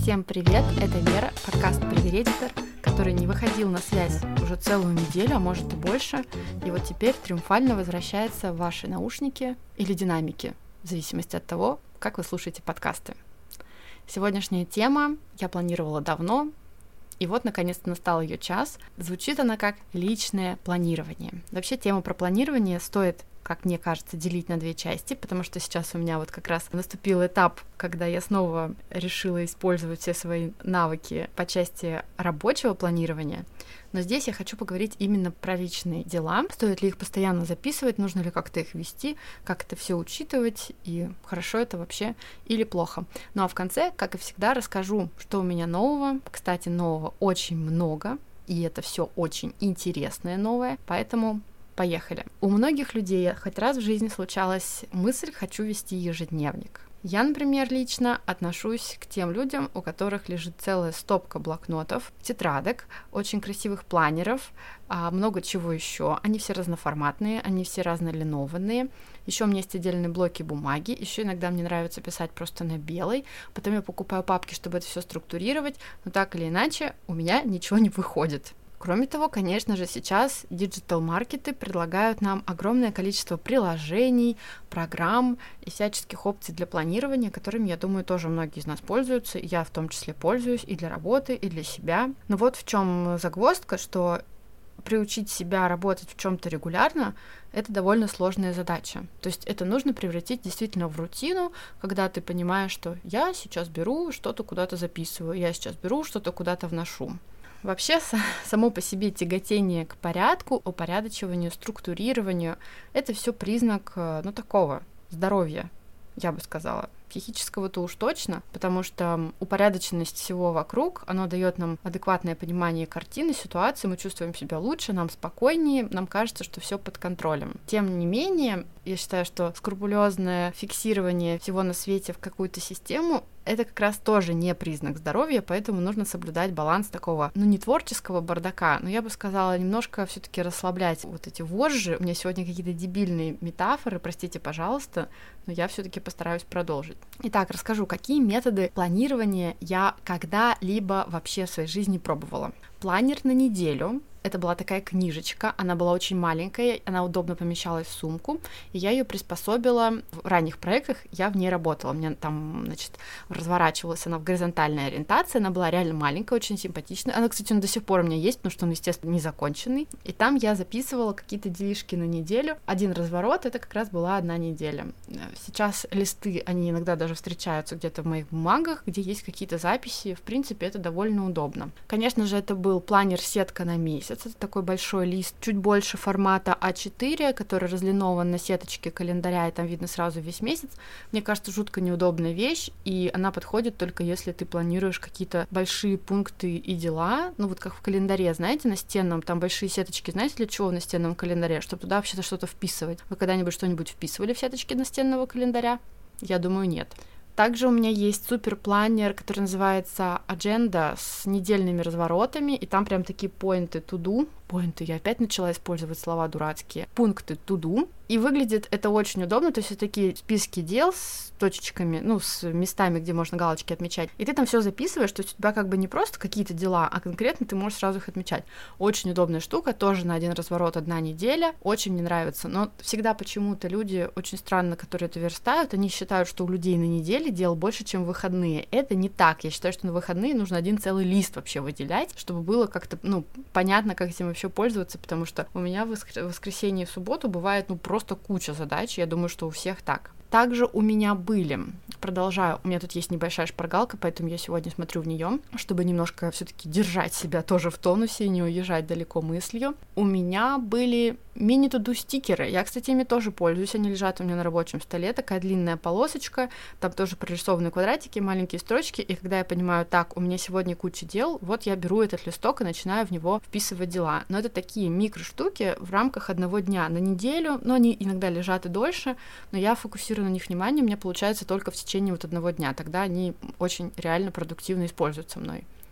Всем привет, это Вера, подкаст «Привередитор», который не выходил на связь уже целую неделю, а может и больше, и вот теперь триумфально возвращается в ваши наушники или динамики, в зависимости от того, как вы слушаете подкасты. Сегодняшняя тема я планировала давно, и вот наконец-то настал ее час. Звучит она как «личное планирование». Вообще тему про планирование стоит, как мне кажется, делить на две части, потому что сейчас у меня вот как раз наступил этап, когда я снова решила использовать все свои навыки по части рабочего планирования. Но здесь я хочу поговорить именно про личные дела. Стоит ли их постоянно записывать, нужно ли как-то их вести, как это все учитывать, и хорошо это вообще или плохо. Ну а в конце, как и всегда, расскажу, что у меня нового. Кстати, нового очень много, и это все очень интересное новое, поэтому поехали. У многих людей хоть раз в жизни случалась мысль «хочу вести ежедневник». Я, например, лично отношусь к тем людям, у которых лежит целая стопка блокнотов, тетрадок, очень красивых планеров, много чего еще. Они все разноформатные, они все разнолинованные. Еще у меня есть отдельные блоки бумаги, еще иногда мне нравится писать просто на белой, потом я покупаю папки, чтобы это все структурировать, но так или иначе у меня ничего не выходит. Кроме того, конечно же, сейчас диджитал-маркеты предлагают нам огромное количество приложений, программ и всяческих опций для планирования, которыми, я думаю, тоже многие из нас пользуются, и я в том числе пользуюсь и для работы, и для себя. Но вот в чем загвоздка, что приучить себя работать в чем-то регулярно — это довольно сложная задача. То есть это нужно превратить действительно в рутину, когда ты понимаешь, что я сейчас беру, что-то куда-то записываю, я сейчас беру, что-то куда-то вношу. Вообще, само по себе тяготение к порядку, упорядочиванию, структурированию — это все признак, такого здоровья, я бы сказала. Психического-то уж точно, потому что упорядоченность всего вокруг, оно дает нам адекватное понимание картины, ситуации, мы чувствуем себя лучше, нам спокойнее, нам кажется, что все под контролем. Тем не менее, я считаю, что скрупулезное фиксирование всего на свете в какую-то систему — это как раз тоже не признак здоровья, поэтому нужно соблюдать баланс такого, не творческого бардака, но я бы сказала, немножко все-таки расслаблять вот эти вожжи. У меня сегодня какие-то дебильные метафоры, простите, пожалуйста, но я все-таки постараюсь продолжить. Итак, расскажу, какие методы планирования я когда-либо вообще в своей жизни пробовала. Планер на неделю. Это была такая книжечка, она была очень маленькая, она удобно помещалась в сумку, и я ее приспособила в ранних проектах, я в ней работала, у меня там, разворачивалась она в горизонтальной ориентации, она была реально маленькая, очень симпатичная, она, кстати, до сих пор у меня есть, потому что он, естественно, не законченный, и там я записывала какие-то делишки на неделю, один разворот, это как раз была одна неделя. Сейчас листы, они иногда даже встречаются где-то в моих бумагах, где есть какие-то записи, в принципе, это довольно удобно. Конечно же, это был планер-сетка на месяц. Это такой большой лист, чуть больше формата А4, который разлинован на сеточке календаря, и там видно сразу весь месяц. Мне кажется, жутко неудобная вещь, и она подходит только если ты планируешь какие-то большие пункты и дела, вот как в календаре, знаете, настенном, там большие сеточки, знаете, для чего в настенном календаре? Чтобы туда вообще-то что-то вписывать. Вы когда-нибудь что-нибудь вписывали в сеточки настенного календаря? Я думаю, нет. Также у меня есть суперпланер, который называется Agenda, с недельными разворотами, и там прям такие поинты to do. Поинты, я опять начала использовать слова дурацкие. Пункты to do. И выглядит это очень удобно, то есть это такие списки дел с точечками, с местами, где можно галочки отмечать. И ты там все записываешь, то есть у тебя как бы не просто какие-то дела, а конкретно ты можешь сразу их отмечать. Очень удобная штука, тоже на один разворот одна неделя, очень мне нравится. Но всегда почему-то люди, очень странно, которые это верстают, они считают, что у людей на неделе дел больше, чем в выходные. Это не так. Я считаю, что на выходные нужно один целый лист вообще выделять, чтобы было как-то, понятно, как этим вообще пользоваться, потому что у меня в воскресенье и в субботу бывает, просто куча задач, я думаю, что у всех так. Также у меня были, продолжаю, у меня тут есть небольшая шпаргалка, поэтому я сегодня смотрю в нее, чтобы немножко все-таки держать себя тоже в тонусе и не уезжать далеко мыслью. У меня были мини-туду стикеры, я, кстати, ими тоже пользуюсь, они лежат у меня на рабочем столе, такая длинная полосочка, там тоже прорисованы квадратики, маленькие строчки, и когда я понимаю, так, у меня сегодня куча дел, вот я беру этот листок и начинаю в него вписывать дела. Но это такие микроштуки в рамках одного дня на неделю, но они иногда лежат и дольше, но я фокусирую на них внимание, у меня получается только в течение одного дня, тогда они очень реально продуктивно используются мной.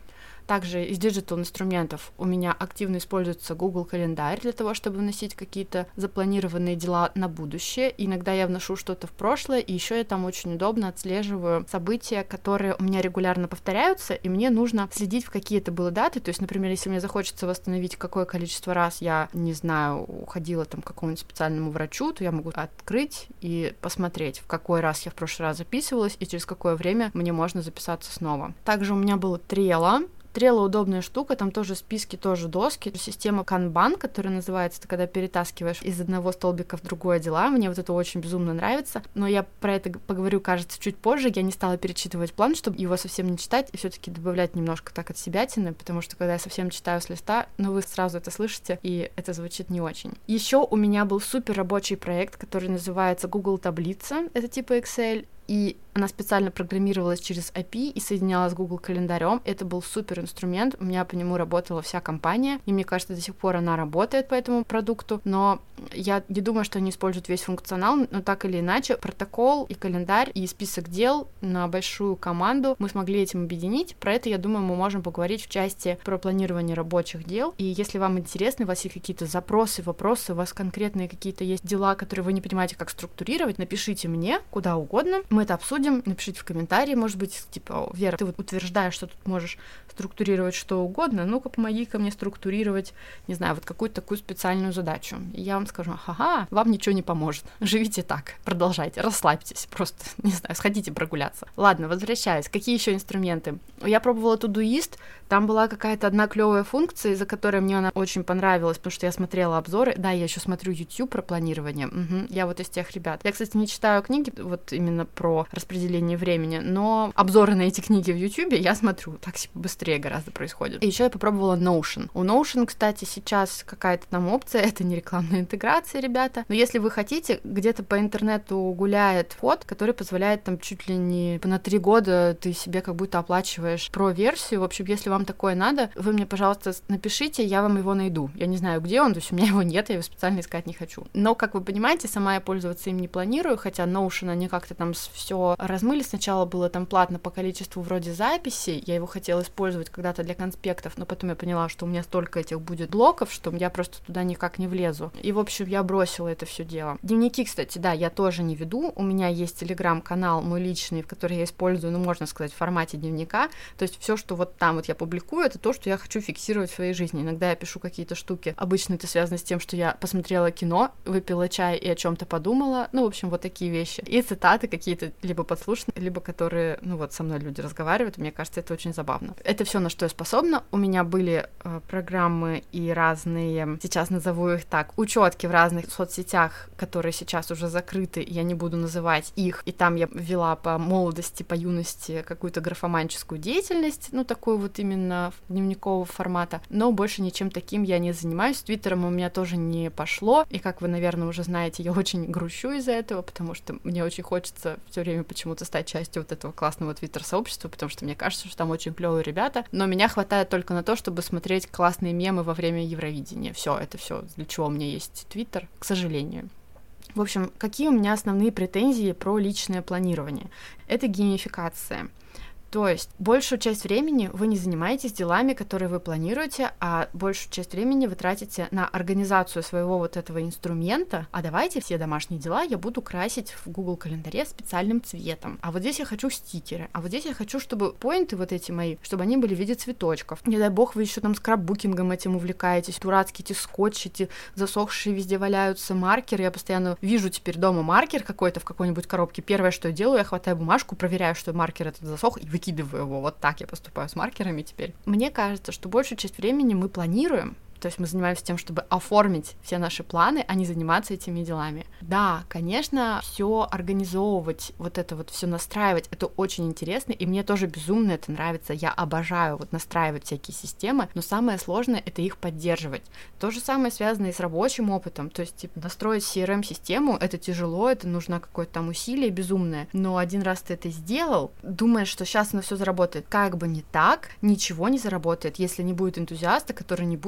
Также из диджитал-инструментов у меня активно используется Google календарь для того, чтобы вносить какие-то запланированные дела на будущее. Иногда я вношу что-то в прошлое, и еще я там очень удобно отслеживаю события, которые у меня регулярно повторяются, и мне нужно следить, в какие это были даты. То есть, например, если мне захочется восстановить, какое количество раз я, не знаю, уходила там к какому-нибудь специальному врачу, то я могу открыть и посмотреть, в какой раз я в прошлый раз записывалась, и через какое время мне можно записаться снова. Также у меня было Trello. Trello удобная штука, там тоже списки, тоже доски. Система Kanban, которая называется, ты когда перетаскиваешь из одного столбика в другое дела. Мне вот это очень безумно нравится, но я про это поговорю, кажется, чуть позже. Я не стала перечитывать план, чтобы его совсем не читать, и все-таки добавлять немножко так от себятины, потому что когда я совсем читаю с листа, вы сразу это слышите, и это звучит не очень. Еще у меня был супер рабочий проект, который называется Google Таблица, это типа Excel, и она специально программировалась через API и соединялась с Google календарем. Это был супер инструмент, у меня по нему работала вся компания, и мне кажется, до сих пор она работает по этому продукту, но я не думаю, что они используют весь функционал, но так или иначе, протокол и календарь и список дел на большую команду мы смогли этим объединить. Про это, я думаю, мы можем поговорить в части про планирование рабочих дел. И если вам интересно, у вас есть какие-то запросы, вопросы, у вас конкретные какие-то есть дела, которые вы не понимаете, как структурировать, напишите мне куда угодно, мы это обсудим, напишите в комментарии, может быть, типа, Вера, ты вот утверждаешь, что тут можешь структурировать что угодно, ну-ка помоги-ка мне структурировать, не знаю, вот какую-то такую специальную задачу. И я вам скажу, ага, вам ничего не поможет, живите так, продолжайте, расслабьтесь, просто, не знаю, сходите прогуляться. Ладно, возвращаюсь, какие еще инструменты? Я пробовала Todoist, там была какая-то одна клевая функция, из-за которой мне она очень понравилась, потому что я смотрела обзоры, да, я еще смотрю YouTube про планирование, я вот из тех ребят. Я, кстати, не читаю книги, вот именно про распределение времени, но обзоры на эти книги в YouTube я смотрю, так быстрее гораздо происходит. И еще я попробовала Notion. У Notion, кстати, сейчас какая-то там опция, это не рекламная интеграция, ребята, но если вы хотите, где-то по интернету гуляет код, который позволяет там чуть ли не на 3 года ты себе как будто оплачиваешь про-версию. В общем, если вам такое надо, вы мне, пожалуйста, напишите, я вам его найду. Я не знаю, где он, то есть у меня его нет, я его специально искать не хочу. Но, как вы понимаете, сама я пользоваться им не планирую, хотя Notion, они как-то там все размыли. Сначала было там платно по количеству вроде записей, я его хотела использовать когда-то для конспектов, но потом я поняла, что у меня столько этих будет блоков, что я просто туда никак не влезу. И, в общем, я бросила это все дело. Дневники, кстати, да, я тоже не веду. У меня есть телеграм-канал мой личный, в который я использую, ну, можно сказать, в формате дневника. То есть все, что вот там вот я публикую, это то, что я хочу фиксировать в своей жизни. Иногда я пишу какие-то штуки. Обычно это связано с тем, что я посмотрела кино, выпила чай и о чем-то подумала. Ну, в общем, вот такие вещи. И цитаты какие-то либо подслушанные, либо которые, ну, вот со мной люди разговаривают. Мне кажется, это очень забавно. Это все, на что я способна. У меня были программы и разные, сейчас назову их так, учетки в разных соцсетях, которые сейчас уже закрыты, я не буду называть их, и там я вела по молодости, по юности какую-то графоманческую деятельность, ну, такую вот именно дневникового формата, но больше ничем таким я не занимаюсь. С Твиттером у меня тоже не пошло, и, как вы, наверное, уже знаете, я очень грущу из-за этого, потому что мне очень хочется все время почему-то стать частью вот этого классного Твиттер-сообщества, потому что мне кажется, что там очень клевые ребята, но меня хватает только на то, чтобы смотреть классные мемы во время Евровидения. Все, это все, для чего у меня есть Твиттер, к сожалению. В общем, какие у меня основные претензии про личное планирование? Это геймификация. То есть большую часть времени вы не занимаетесь делами, которые вы планируете, а большую часть времени вы тратите на организацию своего вот этого инструмента. А давайте все домашние дела я буду красить в Google календаре специальным цветом. А вот здесь я хочу стикеры. А вот здесь я хочу, чтобы поинты вот эти мои, чтобы они были в виде цветочков. Не дай бог вы еще там скраббукингом этим увлекаетесь. Дурацкие эти скотчи, эти засохшие везде валяются маркеры. Я постоянно вижу теперь дома маркер какой-то в какой-нибудь коробке. Первое, что я делаю, я хватаю бумажку, проверяю, что маркер этот засох, и выкидываю его. Вот так я поступаю с маркерами теперь. Мне кажется, что большую часть времени мы планируем, то есть мы занимаемся тем, чтобы оформить все наши планы, а не заниматься этими делами. Да, конечно, все организовывать, вот это вот все настраивать, это очень интересно, и мне тоже безумно это нравится. Я обожаю вот настраивать всякие системы, но самое сложное — это их поддерживать. То же самое связано и с рабочим опытом, то есть типа, настроить CRM-систему — это тяжело, это нужно какое-то там усилие безумное, но один раз ты это сделал, думаешь, что сейчас оно все заработает. Как бы не так, ничего не заработает, если не будет энтузиаста, который не будет следить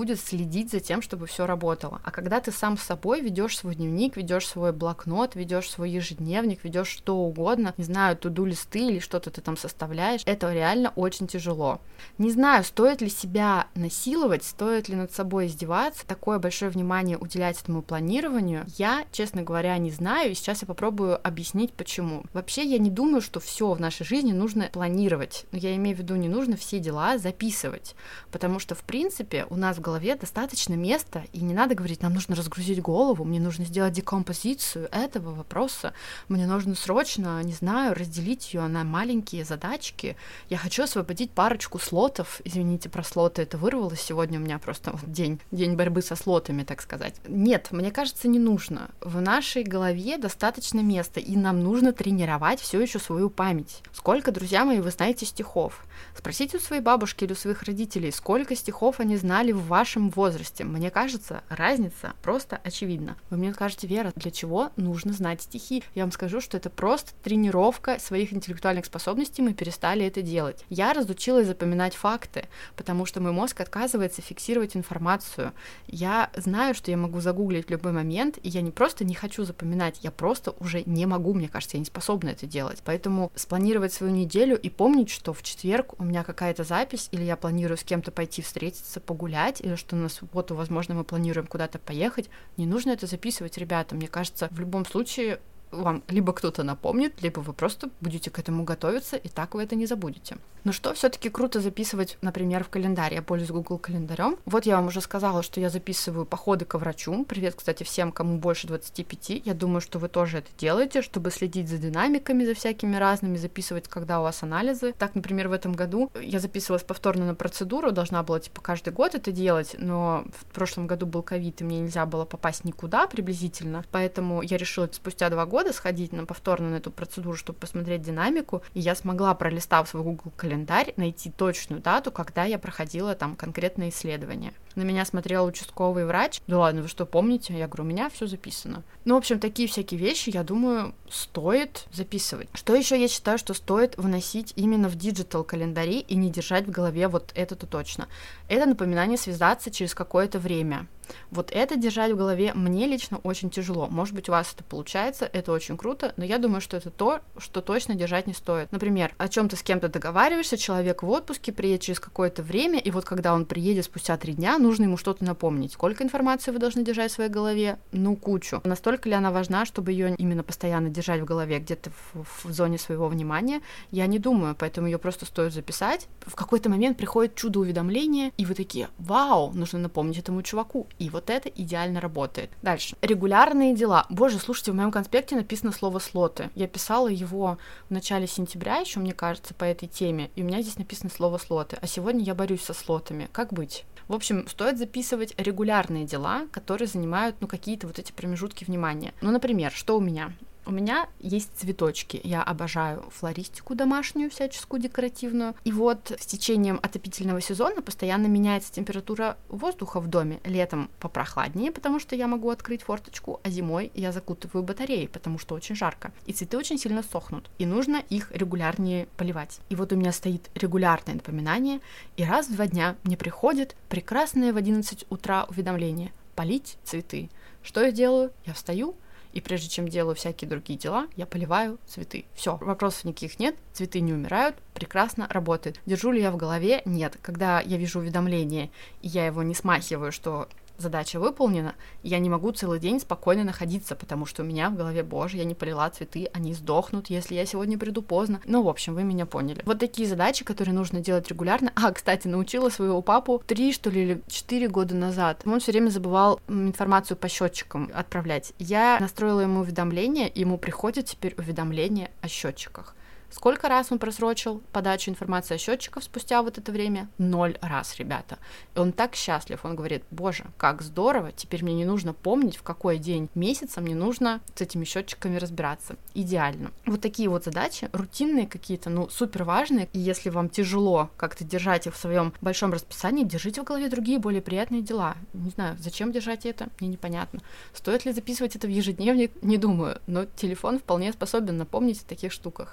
следить за тем, чтобы все работало. А когда ты сам с собой ведешь свой дневник, ведешь свой блокнот, ведешь свой ежедневник, ведешь что угодно, не знаю, туду-листы или что-то ты там составляешь, это реально очень тяжело. Не знаю, стоит ли себя насиловать, стоит ли над собой издеваться, такое большое внимание уделять этому планированию, я, честно говоря, не знаю, и сейчас я попробую объяснить, почему. Вообще, я не думаю, что все в нашей жизни нужно планировать. Я имею в виду, не нужно все дела записывать, потому что, в принципе, у нас в голове достаточно места, и не надо говорить, нам нужно разгрузить голову, мне нужно сделать декомпозицию этого вопроса, мне нужно срочно, не знаю, разделить ее на маленькие задачки. Я хочу освободить парочку слотов, извините, про слоты это вырвалось, сегодня у меня просто вот день борьбы со слотами, так сказать. Нет, мне кажется, не нужно. В нашей голове достаточно места, и нам нужно тренировать все еще свою память. Сколько, друзья мои, вы знаете стихов? Спросите у своей бабушки или у своих родителей, сколько стихов они знали в вашем возрасте. Мне кажется, разница просто очевидна. Вы мне скажете, Вера, для чего нужно знать стихи? Я вам скажу, что это просто тренировка своих интеллектуальных способностей, мы перестали это делать. Я разучилась запоминать факты, потому что мой мозг отказывается фиксировать информацию. Я знаю, что я могу загуглить в любой момент, и я не просто не хочу запоминать, я просто уже не могу, мне кажется, я не способна это делать. Поэтому спланировать свою неделю и помнить, что в четверг у меня какая-то запись, или я планирую с кем-то пойти встретиться, погулять, или что на субботу, возможно, мы планируем куда-то поехать, не нужно это записывать, ребята. Мне кажется, в любом случае вам либо кто-то напомнит, либо вы просто будете к этому готовиться, и так вы это не забудете. Но что все-таки круто записывать, например, в календарь. Я пользуюсь Google календарем. Вот я вам уже сказала, что я записываю походы к врачу. Привет, кстати, всем, кому больше 25. Я думаю, что вы тоже это делаете, чтобы следить за динамиками, за всякими разными, записывать, когда у вас анализы. Так, например, в этом году я записывалась повторно на процедуру, должна была, каждый год это делать, но в прошлом году был ковид, и мне нельзя было попасть никуда приблизительно, поэтому я решила спустя 2 года сходить повторно на эту процедуру, чтобы посмотреть динамику, и я смогла, пролистав свой Google календарь, найти точную дату, когда я проходила там конкретное исследование. На меня смотрел участковый врач. Да ладно, вы что, помните? Я говорю, у меня все записано. Ну, в общем, такие всякие вещи, я думаю, стоит записывать. Что еще я считаю, что стоит выносить именно в диджитал календари и не держать в голове вот это-то точно. Это напоминание связаться через какое-то время. Вот это держать в голове мне лично очень тяжело. Может быть, у вас это получается, это очень круто, но я думаю, что это то, что точно держать не стоит. Например, о чем ты с кем-то договариваешься, человек в отпуске приедет через какое-то время, и вот когда он приедет спустя 3 дня, нужно ему что-то напомнить. Сколько информации вы должны держать в своей голове? Ну, кучу. Настолько ли она важна, чтобы ее именно постоянно держать в голове, где-то в зоне своего внимания? Я не думаю, поэтому ее просто стоит записать. В какой-то момент приходит чудо-уведомление, и вы такие, вау, нужно напомнить этому чуваку. И вот это идеально работает. Дальше. Регулярные дела. Боже, слушайте, в моем конспекте написано слово слоты. Я писала его в начале сентября еще, мне кажется, по этой теме, и у меня здесь написано слово слоты. А сегодня я борюсь со слотами. Как быть? В общем, стоит записывать регулярные дела, которые занимают, какие-то вот эти промежутки внимания. Например, что у меня? У меня есть цветочки. Я обожаю флористику домашнюю, всяческую декоративную. И вот с течением отопительного сезона постоянно меняется температура воздуха в доме. Летом попрохладнее, потому что я могу открыть форточку, а зимой я закутываю батареи, потому что очень жарко. И цветы очень сильно сохнут. И нужно их регулярнее поливать. И вот у меня стоит регулярное напоминание, и раз в 2 дня мне приходит прекрасное в 11 утра уведомление: полить цветы. Что я делаю? Я встаю, и прежде чем делаю всякие другие дела, я поливаю цветы. Все, вопросов никаких нет, цветы не умирают, прекрасно работает. Держу ли я в голове? Нет. Когда я вижу уведомление, и я его не смахиваю, что задача выполнена, я не могу целый день спокойно находиться, потому что у меня в голове, боже, я не полила цветы, они сдохнут, если я сегодня приду поздно. В общем, вы меня поняли. Вот такие задачи, которые нужно делать регулярно. Кстати, научила своего папу 3, что ли, или 4 года назад. Он все время забывал информацию по счетчикам отправлять. Я настроила ему уведомления, и ему приходят теперь уведомления о счетчиках. Сколько раз он просрочил подачу информации о счетчиках спустя вот это время? 0 раз, ребята. И он так счастлив. Он говорит: боже, как здорово, теперь мне не нужно помнить, в какой день месяца мне нужно с этими счетчиками разбираться. Идеально. Вот такие вот задачи, рутинные какие-то, супер важные. И если вам тяжело как-то держать их в своем большом расписании, держите в голове другие, более приятные дела. Не знаю, зачем держать это, мне непонятно. Стоит ли записывать это в ежедневник? Не думаю. Но телефон вполне способен напомнить о таких штуках. Что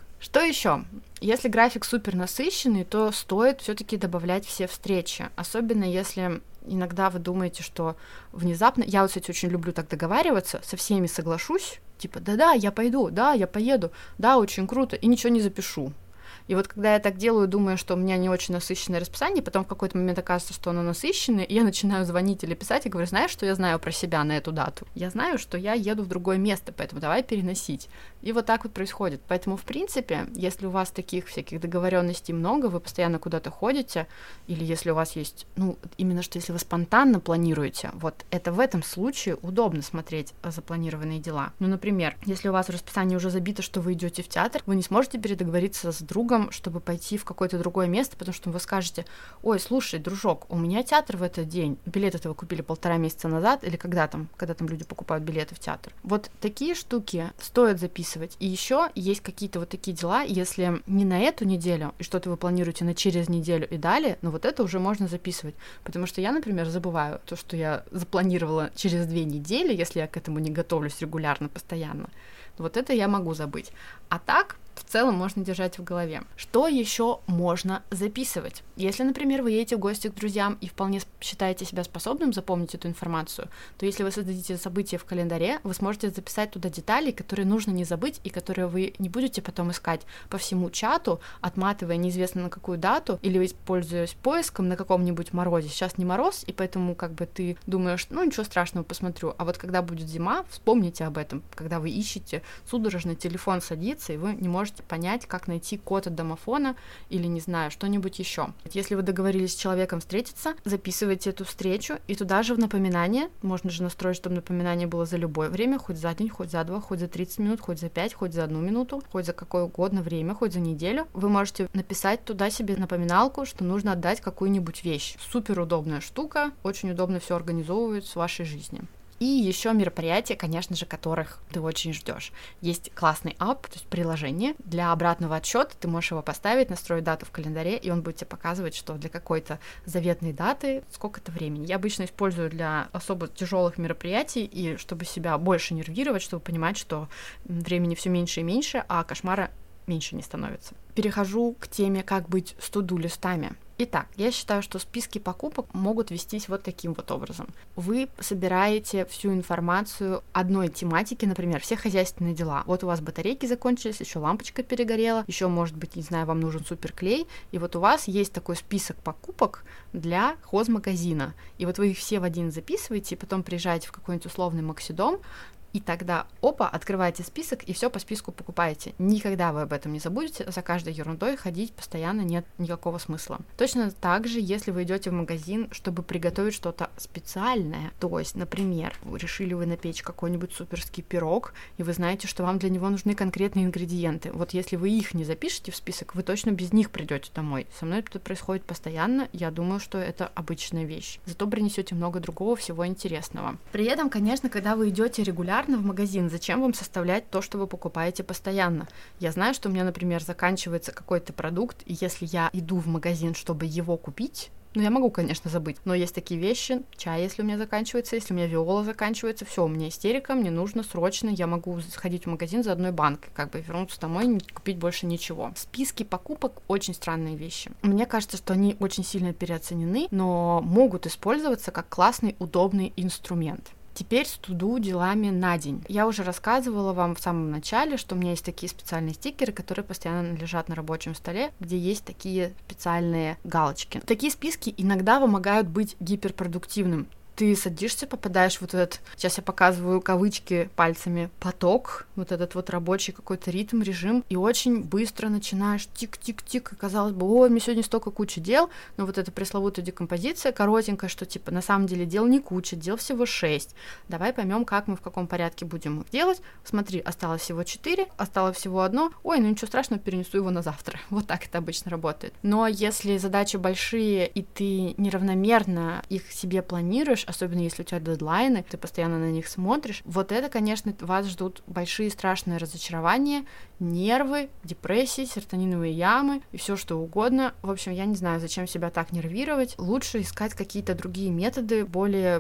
еще? Если график супер насыщенный, то стоит все-таки добавлять все встречи, особенно если иногда вы думаете, что внезапно... Я вот, кстати, очень люблю так договариваться, со всеми соглашусь, типа, да-да, я пойду, да, я поеду, да, очень круто, и ничего не запишу. И вот когда я так делаю, думаю, что у меня не очень насыщенное расписание, потом в какой-то момент оказывается, что оно насыщенное, и я начинаю звонить или писать, и говорю, знаешь, что я знаю про себя на эту дату? Я знаю, что я еду в другое место, поэтому давай переносить. И вот так вот происходит. Поэтому, в принципе, если у вас таких всяких договоренностей много, вы постоянно куда-то ходите, или если у вас есть, именно что если вы спонтанно планируете, вот это в этом случае удобно смотреть запланированные дела. Например, если у вас в расписании уже забито, что вы идете в театр, вы не сможете передоговориться с другом, чтобы пойти в какое-то другое место, потому что вы скажете, ой, слушай, дружок, у меня театр в этот день, билет этого купили 1,5 месяца назад, или когда там люди покупают билеты в театр. Вот такие штуки стоит записывать. И еще есть какие-то вот такие дела, если не на эту неделю, и что-то вы планируете на через неделю и далее, но вот это уже можно записывать. Потому что я, например, забываю то, что я запланировала через 2 недели, если я к этому не готовлюсь регулярно, постоянно. Вот это я могу забыть. А так, в целом, можно держать в голове. Что еще можно записывать? Если, например, вы едете в гости к друзьям и вполне считаете себя способным запомнить эту информацию, то если вы создадите событие в календаре, вы сможете записать туда детали, которые нужно не забыть и которые вы не будете потом искать по всему чату, отматывая неизвестно на какую дату, или пользуясь поиском на каком-нибудь морозе. Сейчас не мороз, и поэтому ты думаешь, ничего страшного, посмотрю. А вот когда будет зима, вспомните об этом, когда вы ищете, судорожно телефон садится, и вы не можете понять, как найти код от домофона или, не знаю, что-нибудь еще. Если вы договорились с человеком встретиться, записывайте эту встречу, и туда же в напоминание, можно же настроить, чтобы напоминание было за любое время, хоть за день, хоть за 2, хоть за 30 минут, хоть за 5, хоть за 1 минуту, хоть за какое угодно время, хоть за неделю. Вы можете написать туда себе напоминалку, что нужно отдать какую-нибудь вещь. Супер удобная штука, очень удобно все организовывает в вашей жизни. И еще мероприятия, конечно же, которых ты очень ждешь. Есть классный ап, то есть приложение для обратного отсчета. Ты можешь его поставить, настроить дату в календаре, и он будет тебе показывать, что для какой-то заветной даты сколько-то времени. Я обычно использую для особо тяжелых мероприятий, и чтобы себя больше нервировать, чтобы понимать, что времени все меньше и меньше, а кошмара меньше не становится. Перехожу к теме, как быть с to-do-листами. Итак, я считаю, что списки покупок могут вестись вот таким вот образом. Вы собираете всю информацию одной тематики, например, все хозяйственные дела. Вот у вас батарейки закончились, еще лампочка перегорела, еще, может быть, не знаю, вам нужен суперклей, и вот у вас есть такой список покупок для хозмагазина. И вот вы их все в один записываете, и потом приезжаете в какой-нибудь условный Максидом, и тогда, открываете список и все по списку покупаете. Никогда вы об этом не забудете, за каждой ерундой ходить постоянно нет никакого смысла. Точно так же, если вы идете в магазин, чтобы приготовить что-то специальное, то есть, например, решили вы напечь какой-нибудь суперский пирог, и вы знаете, что вам для него нужны конкретные ингредиенты. Вот если вы их не запишете в список, вы точно без них придете домой. Со мной это происходит постоянно, я думаю, что это обычная вещь. Зато принесете много другого всего интересного. При этом, конечно, когда вы идете регулярно в магазин, зачем вам составлять то, что вы покупаете постоянно? Я знаю, что у меня, например, заканчивается какой-то продукт, и если я иду в магазин, чтобы его купить, я могу, конечно, забыть, но есть такие вещи, чай, если у меня заканчивается, если у меня виола заканчивается, все, у меня истерика, мне нужно срочно, я могу сходить в магазин за одной банкой, вернуться домой и не купить больше ничего. Списки покупок очень странные вещи. Мне кажется, что они очень сильно переоценены, но могут использоваться как классный, удобный инструмент. Теперь с to-do делами на день. Я уже рассказывала вам в самом начале, что у меня есть такие специальные стикеры, которые постоянно лежат на рабочем столе, где есть такие специальные галочки. Такие списки иногда помогают быть гиперпродуктивным. Ты садишься, попадаешь в этот, сейчас я показываю кавычки пальцами, поток, вот этот вот рабочий какой-то ритм, режим, и очень быстро начинаешь тик-тик-тик, и казалось бы, ой, мне сегодня столько куча дел, но вот эта пресловутая декомпозиция коротенькая, что на самом деле дел не куча, дел всего 6. Давай поймем, как мы в каком порядке будем их делать. Смотри, осталось всего 4, осталось всего 1, ой, ничего страшного, перенесу его на завтра. Вот так это обычно работает. Но если задачи большие, и ты неравномерно их себе планируешь, особенно если у тебя дедлайны, ты постоянно на них смотришь, вот это, конечно, вас ждут большие страшные разочарования, нервы, депрессии, серотониновые ямы и все что угодно. В общем, я не знаю, зачем себя так нервировать. Лучше искать какие-то другие методы, более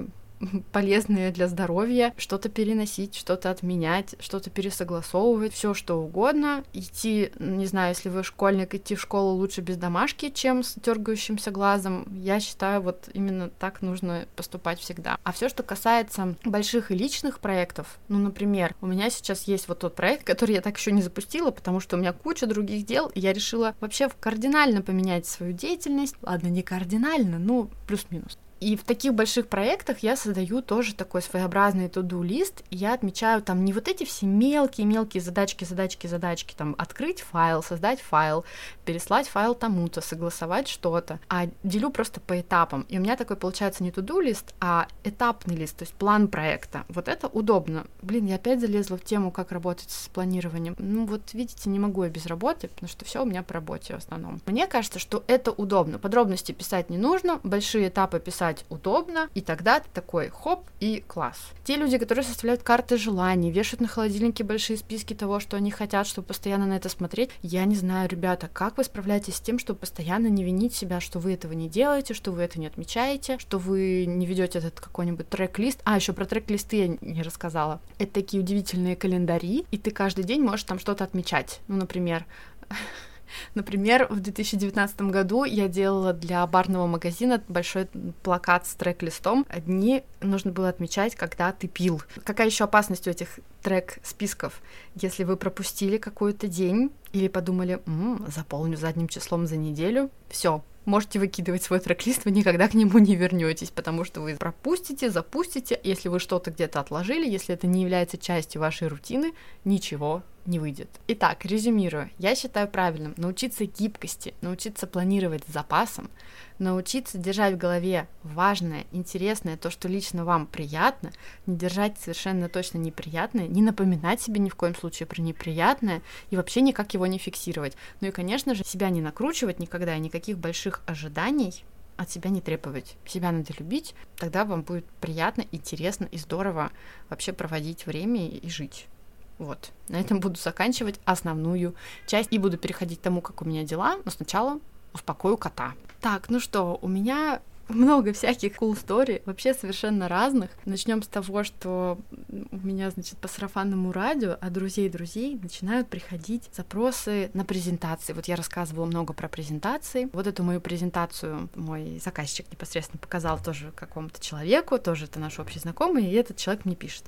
полезные для здоровья, что-то переносить, что-то отменять, что-то пересогласовывать, все что угодно. Идти, не знаю, если вы школьник, идти в школу лучше без домашки, чем с дергающимся глазом. Я считаю, вот именно так нужно поступать всегда. А все, что касается больших и личных проектов, ну, например, у меня сейчас есть вот тот проект, который я так еще не запустила, потому что у меня куча других дел, и я решила вообще кардинально поменять свою деятельность. Ладно, не кардинально, ну, плюс-минус. И в таких больших проектах я создаю тоже такой своеобразный to-do-лист, и я отмечаю там не вот эти все мелкие задачки, там, открыть файл, создать файл, переслать файл тому-то, согласовать что-то, а делю просто по этапам. И у меня такой получается не to-do-лист, а этапный лист, то есть план проекта. Вот это удобно. Блин, я опять залезла в тему, как работать с планированием. Ну вот, видите, не могу я без работы, потому что все у меня по работе в основном. Мне кажется, что это удобно. Подробности писать не нужно, большие этапы писать удобно, и тогда ты такой хоп и класс. Те люди, которые составляют карты желаний, вешают на холодильнике большие списки того, что они хотят, чтобы постоянно на это смотреть, я не знаю, ребята, как вы справляетесь с тем, чтобы постоянно не винить себя, что вы этого не делаете, что вы это не отмечаете, что вы не ведете этот какой-нибудь трек-лист. А, еще про трек-листы я не рассказала. Это такие удивительные календари, и ты каждый день можешь там что-то отмечать. Ну, например, в 2019 году я делала для барного магазина большой плакат с трек-листом. Дни нужно было отмечать, когда ты пил. Какая еще опасность у этих трек-списков? Если вы пропустили какой-то день или подумали, заполню задним числом за неделю, все. Можете выкидывать свой трек-лист, вы никогда к нему не вернетесь, потому что вы пропустите, запустите, если вы что-то где-то отложили, если это не является частью вашей рутины, ничего не выйдет. Итак, резюмирую. Я считаю правильным научиться гибкости, научиться планировать с запасом, научиться держать в голове важное, интересное, то, что лично вам приятно, не держать совершенно точно неприятное, не напоминать себе ни в коем случае про неприятное и вообще никак его не фиксировать. Ну и, конечно же, себя не накручивать никогда, и никаких больших ожиданий от себя не требовать. Себя надо любить, тогда вам будет приятно, интересно и здорово вообще проводить время и жить. Вот, на этом буду заканчивать основную часть и буду переходить к тому, как у меня дела, но сначала успокою кота. Так, ну что, у меня много всяких cool story, вообще совершенно разных. Начнем с того, что у меня, значит, по сарафанному радио от друзей начинают приходить запросы на презентации. Вот я рассказывала много про презентации. Вот эту мою презентацию мой заказчик непосредственно показал тоже какому-то человеку, тоже это наш общий знакомый, и этот человек мне пишет: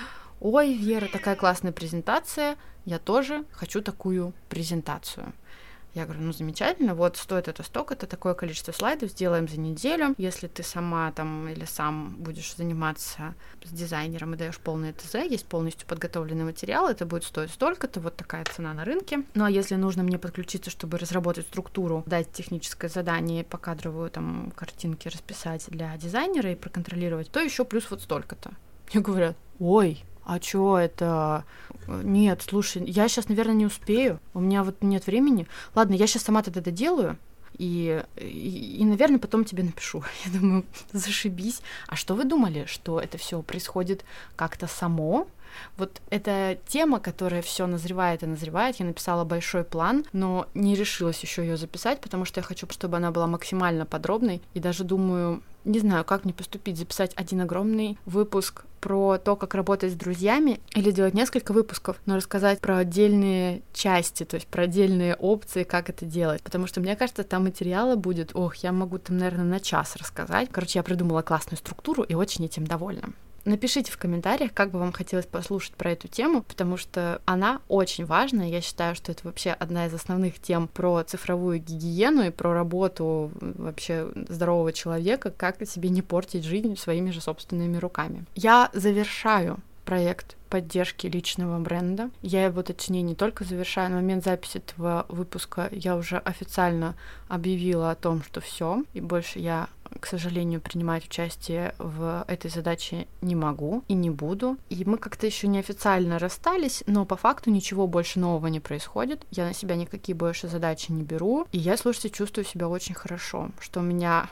«Ой, Вера, такая классная презентация, я тоже хочу такую презентацию». Я говорю, ну, замечательно, вот стоит это столько-то, такое количество слайдов, сделаем за неделю. Если ты сама там или сам будешь заниматься с дизайнером и даешь полное ТЗ, есть полностью подготовленный материал, это будет стоить столько-то, вот такая цена на рынке. Ну, а если нужно мне подключиться, чтобы разработать структуру, дать техническое задание, покадровую там картинки расписать для дизайнера и проконтролировать, то еще плюс вот столько-то. Мне говорят, ой, а чё это? Нет, слушай, я сейчас, наверное, не успею. У меня вот нет времени. Ладно, я сейчас сама тогда доделаю. И, наверное, потом тебе напишу. Я думаю, зашибись. А что вы думали, что это все происходит как-то само? Вот эта тема, которая все назревает и назревает, я написала большой план, но не решилась еще ее записать, потому что я хочу, чтобы она была максимально подробной. И даже думаю, не знаю, как мне поступить, записать один огромный выпуск про то, как работать с друзьями, или делать несколько выпусков, но рассказать про отдельные части, то есть про отдельные опции, как это делать. Потому что, мне кажется, там материала будет, я могу там, наверное, на час рассказать. Короче, я придумала классную структуру и очень этим довольна. Напишите в комментариях, как бы вам хотелось послушать про эту тему, потому что она очень важная. Я считаю, что это вообще одна из основных тем про цифровую гигиену и про работу вообще здорового человека, как себе не портить жизнь своими же собственными руками. Я завершаю проект поддержки личного бренда. Я его, точнее, не только завершаю, на момент записи этого выпуска я уже официально объявила о том, что все, и больше я, к сожалению, принимать участие в этой задаче не могу и не буду. И мы как-то еще неофициально расстались, но по факту ничего больше нового не происходит. Я на себя никакие больше задачи не беру, и я, слушайте, чувствую себя очень хорошо, что у меня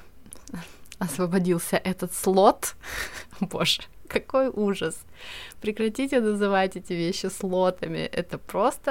освободился этот слот. Боже, какой ужас. Прекратите называть эти вещи слотами. Это просто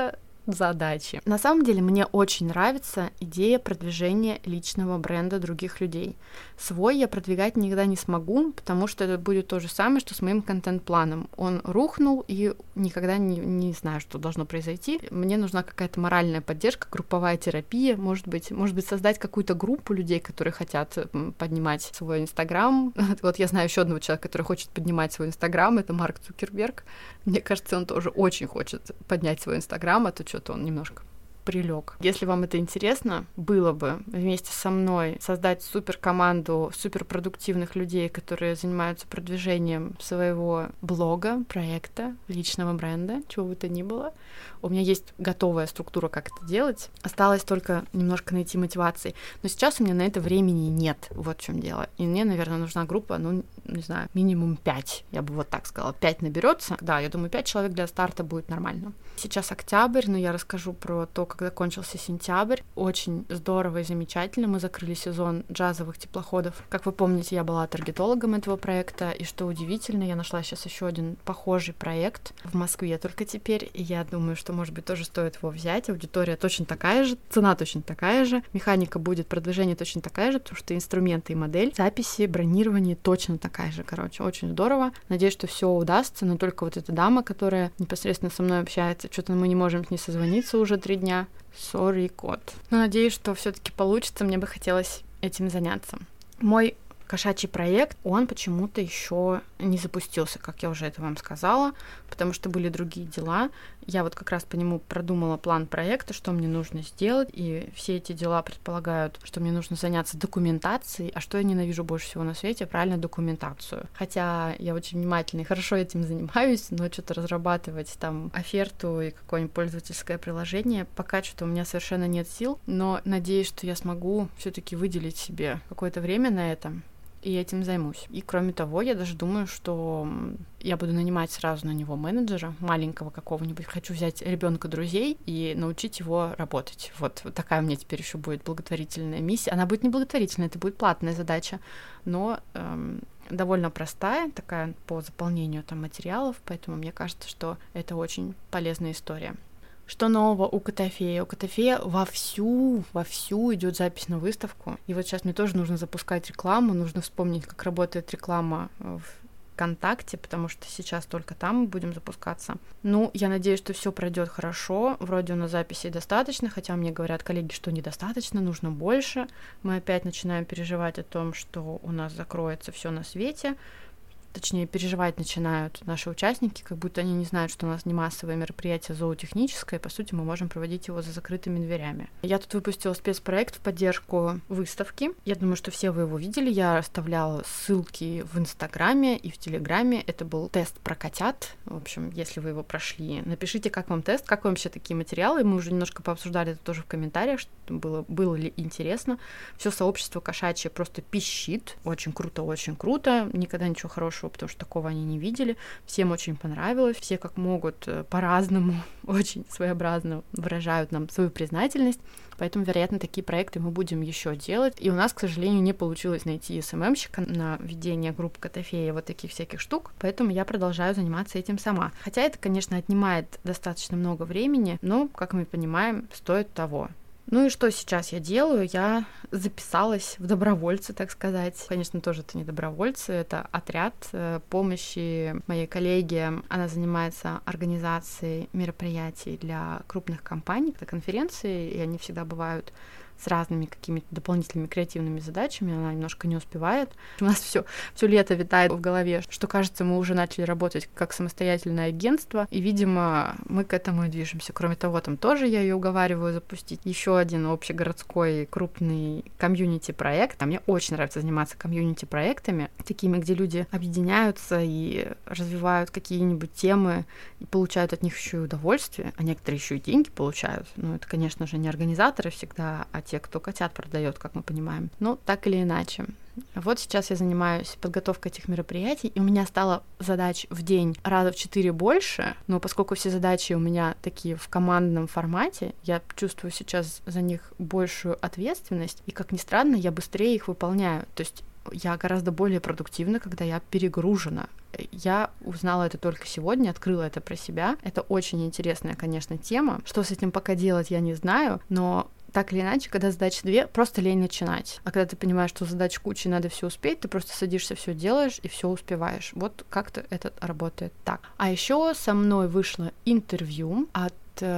задачи. На самом деле мне очень нравится идея продвижения личного бренда других людей. Свой я продвигать никогда не смогу, потому что это будет то же самое, что с моим контент-планом. Он рухнул, и никогда не знаю, что должно произойти. Мне нужна какая-то моральная поддержка, групповая терапия, может быть, создать какую-то группу людей, которые хотят поднимать свой Инстаграм. Вот я знаю еще одного человека, который хочет поднимать свой Инстаграм, это Марк Цукерберг. Мне кажется, он тоже очень хочет поднять свой Инстаграм, а то что-то он немножко прилег. Если вам это интересно, было бы вместе со мной создать суперкоманду суперпродуктивных людей, которые занимаются продвижением своего блога, проекта, личного бренда, чего бы то ни было. У меня есть готовая структура, как это делать. Осталось только немножко найти мотивации. Но сейчас у меня на это времени нет. Вот в чем дело. И мне, наверное, нужна группа, не знаю, минимум 5. Я бы вот так сказала. 5 наберется. Да, я думаю, 5 человек для старта будет нормально. Сейчас октябрь, но я расскажу про то, как закончился сентябрь. Очень здорово и замечательно. Мы закрыли сезон джазовых теплоходов. Как вы помните, я была таргетологом этого проекта, и что удивительно, я нашла сейчас еще один похожий проект в Москве только теперь, и я думаю, что, может быть, тоже стоит его взять. Аудитория точно такая же, цена точно такая же, механика будет, продвижение точно такая же, потому что инструменты и модель, записи, бронирование точно такая же. Короче, очень здорово. Надеюсь, что все удастся, но только вот эта дама, которая непосредственно со мной общается, что-то мы не можем с ней созвониться уже 3 дня. Sorry, кот. Но надеюсь, что все-таки получится. Мне бы хотелось этим заняться. Мой кошачий проект, он почему-то еще не запустился, как я уже это вам сказала, потому что были другие дела. Я вот как раз по нему продумала план проекта, что мне нужно сделать, и все эти дела предполагают, что мне нужно заняться документацией, а что я ненавижу больше всего на свете, правильно, документацию. Хотя я очень внимательна и хорошо этим занимаюсь, но что-то разрабатывать там оферту и какое-нибудь пользовательское приложение, пока что-то у меня совершенно нет сил, но надеюсь, что я смогу все-таки выделить себе какое-то время на это, и этим займусь. И кроме того, я даже думаю, что я буду нанимать сразу на него менеджера, маленького какого-нибудь. Хочу взять ребенка друзей и научить его работать. Вот такая у меня теперь еще будет благотворительная миссия. Она будет не благотворительная, это будет платная задача, но довольно простая, такая по заполнению там материалов, поэтому мне кажется, что это очень полезная история. Что нового у Котофея? У Котофея вовсю идет запись на выставку. И вот сейчас мне тоже нужно запускать рекламу, нужно вспомнить, как работает реклама в ВКонтакте, потому что сейчас только там мы будем запускаться. Ну, я надеюсь, что все пройдет хорошо. Вроде у нас записей достаточно, хотя мне говорят коллеги, что недостаточно, нужно больше. Мы опять начинаем переживать о том, что у нас закроется все на свете. Точнее, переживать начинают наши участники, как будто они не знают, что у нас не массовое мероприятие зоотехническое, и, по сути, мы можем проводить его за закрытыми дверями. Я тут выпустила спецпроект в поддержку выставки. Я думаю, что все вы его видели. Я оставляла ссылки в Инстаграме и в Телеграме. Это был тест про котят. В общем, если вы его прошли, напишите, как вам тест, как вам вообще такие материалы. Мы уже немножко пообсуждали это тоже в комментариях, что было ли интересно. Все сообщество кошачье просто пищит. Очень круто, очень круто. Никогда ничего хорошего, потому что такого они не видели. Всем очень понравилось. Все как могут по-разному, очень своеобразно выражают нам свою признательность. Поэтому, вероятно, такие проекты мы будем еще делать. И у нас, к сожалению, не получилось найти СММщика на ведение групп Котофея, вот таких всяких штук. Поэтому я продолжаю заниматься этим сама. Хотя это, конечно, отнимает достаточно много времени, но, как мы понимаем, стоит того. Ну и что сейчас я делаю? Я записалась в добровольцы, так сказать. Конечно, тоже это не добровольцы, это отряд помощи моей коллеге. Она занимается организацией мероприятий для крупных компаний, это конференции, и они всегда бывают с разными какими-то дополнительными креативными задачами, она немножко не успевает. У нас все лето витает в голове, что, кажется, мы уже начали работать как самостоятельное агентство, и, видимо, мы к этому и движемся. Кроме того, там тоже я ее уговариваю запустить еще один общегородской крупный комьюнити-проект. А мне очень нравится заниматься комьюнити-проектами, такими, где люди объединяются и развивают какие-нибудь темы и получают от них еще и удовольствие, а некоторые еще и деньги получают. Ну, это, конечно же, не организаторы всегда, а те, кто котят продает, как мы понимаем. Ну, так или иначе. Вот сейчас я занимаюсь подготовкой этих мероприятий, и у меня стало задач в день раза в 4 больше, но поскольку все задачи у меня такие в командном формате, я чувствую сейчас за них большую ответственность, и, как ни странно, я быстрее их выполняю. То есть я гораздо более продуктивна, когда я перегружена. Я узнала это только сегодня, открыла это про себя. Это очень интересная, конечно, тема. Что с этим пока делать, я не знаю, но так или иначе, когда задач 2, просто лень начинать. А когда ты понимаешь, что задач куча, надо все успеть, ты просто садишься, все делаешь и все успеваешь. Вот как-то это работает так. А еще со мной вышло интервью от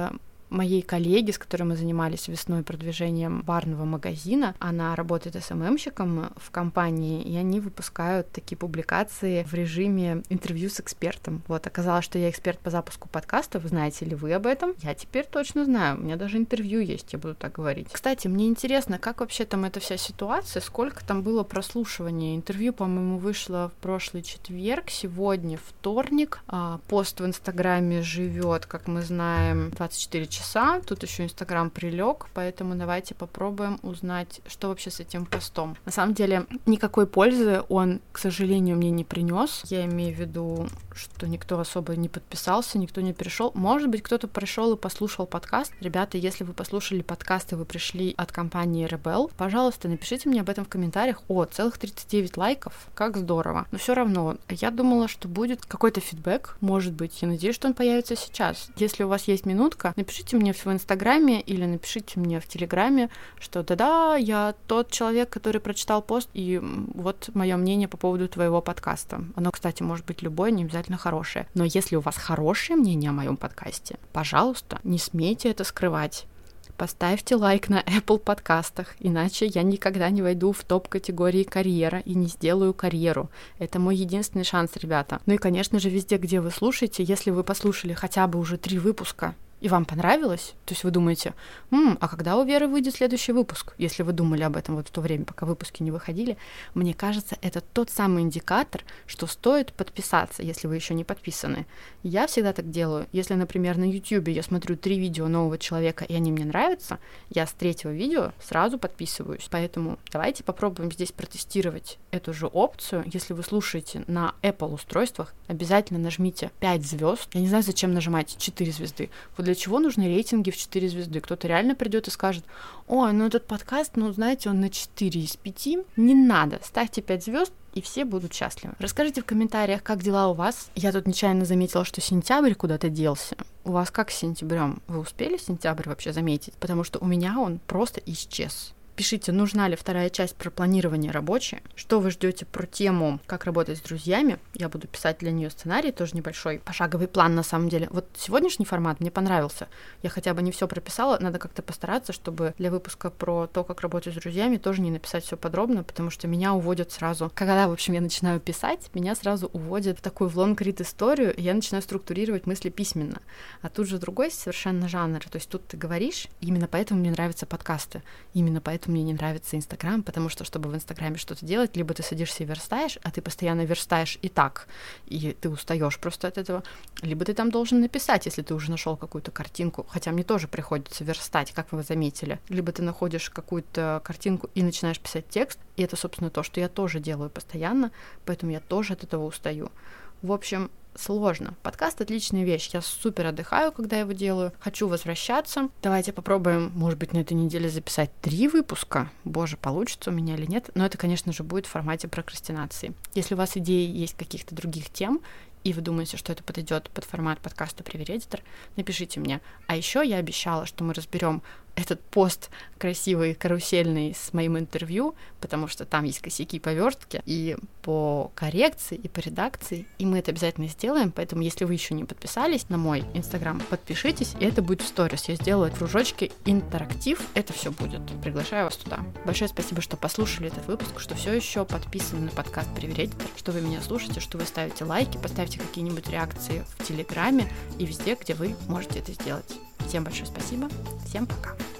моей коллеги, с которой мы занимались весной продвижением барного магазина. Она работает СММщиком в компании, и они выпускают такие публикации в режиме интервью с экспертом. Вот, оказалось, что я эксперт по запуску подкастов. Знаете ли вы об этом? Я теперь точно знаю. У меня даже интервью есть, я буду так говорить. Кстати, мне интересно, как вообще там эта вся ситуация, сколько там было прослушивания. Интервью, по-моему, вышло в прошлый четверг, сегодня вторник. Пост в Инстаграме живет, как мы знаем, 24 часа. Тут еще Инстаграм прилег, поэтому давайте попробуем узнать, что вообще с этим постом. На самом деле, никакой пользы он, к сожалению, мне не принес. Я имею в виду, что никто особо не подписался, никто не пришел. Может быть, кто-то пришел и послушал подкаст. Ребята, если вы послушали подкаст и вы пришли от компании Rebel, пожалуйста, напишите мне об этом в комментариях. Целых 39 лайков, как здорово. Но все равно, я думала, что будет какой-то фидбэк, может быть. Я надеюсь, что он появится сейчас. Если у вас есть минутка, напишите мне в Инстаграме или напишите мне в Телеграме, что да-да, я тот человек, который прочитал пост, и вот мое мнение по поводу твоего подкаста. Оно, кстати, может быть любое, не обязательно хорошее. Но если у вас хорошее мнение о моем подкасте, пожалуйста, не смейте это скрывать. Поставьте лайк на Apple подкастах, иначе я никогда не войду в топ-категории карьера и не сделаю карьеру. Это мой единственный шанс, ребята. Ну и, конечно же, везде, где вы слушаете, если вы послушали хотя бы уже 3 выпуска, и вам понравилось, то есть вы думаете, а когда у Веры выйдет следующий выпуск? Если вы думали об этом вот в то время, пока выпуски не выходили, мне кажется, это тот самый индикатор, что стоит подписаться, если вы еще не подписаны. Я всегда так делаю. Если, например, на YouTube я смотрю 3 видео нового человека, и они мне нравятся, я с 3-го видео сразу подписываюсь. Поэтому давайте попробуем здесь протестировать эту же опцию. Если вы слушаете на Apple устройствах, обязательно нажмите 5 звезд. Я не знаю, зачем нажимать 4 звезды. Вот для чего нужны рейтинги в 4 звезды? Кто-то реально придет и скажет, этот подкаст, знаете, он на 4 из 5. Не надо, ставьте 5 звезд, и все будут счастливы. Расскажите в комментариях, как дела у вас. Я тут нечаянно заметила, что сентябрь куда-то делся. У вас как с сентябрем? Вы успели сентябрь вообще заметить? Потому что у меня он просто исчез. Пишите, нужна ли 2-я часть про планирование рабочее, что вы ждете про тему «Как работать с друзьями». Я буду писать для нее сценарий, тоже небольшой пошаговый план на самом деле. Вот сегодняшний формат мне понравился. Я хотя бы не все прописала, надо как-то постараться, чтобы для выпуска про то, как работать с друзьями, тоже не написать все подробно, потому что меня уводят сразу. Когда, в общем, я начинаю писать, меня сразу уводят в такую лонгрид историю, и я начинаю структурировать мысли письменно. А тут же другой совершенно жанр. То есть тут ты говоришь, именно поэтому мне нравятся подкасты, именно поэтому мне не нравится Инстаграм, потому что, чтобы в Инстаграме что-то делать, либо ты садишься и верстаешь, а ты постоянно верстаешь и так, и ты устаешь просто от этого, либо ты там должен написать, если ты уже нашел какую-то картинку, хотя мне тоже приходится верстать, как вы заметили, либо ты находишь какую-то картинку и начинаешь писать текст, и это, собственно, то, что я тоже делаю постоянно, поэтому я тоже от этого устаю. В общем, сложно. Подкаст — отличная вещь. Я супер отдыхаю, когда его делаю. Хочу возвращаться. Давайте попробуем, может быть, на этой неделе записать 3 выпуска. Боже, получится у меня или нет. Но это, конечно же, будет в формате прокрастинации. Если у вас идеи есть каких-то других тем, и вы думаете, что это подойдет под формат подкаста «Привет, Эдитор», напишите мне. А еще я обещала, что мы разберем этот пост красивый, карусельный с моим интервью, потому что там есть косяки по верстке и по коррекции, и по редакции, и мы это обязательно сделаем, поэтому если вы еще не подписались на мой Инстаграм, подпишитесь, и это будет в сторис. Я сделаю кружочки, интерактив, это все будет. Приглашаю вас туда. Большое спасибо, что послушали этот выпуск, что все еще подписаны на подкаст «Привет, Эдитор», что вы меня слушаете, что вы ставите лайки, поставьте какие-нибудь реакции в Телеграме и везде, где вы можете это сделать. Всем большое спасибо, всем пока.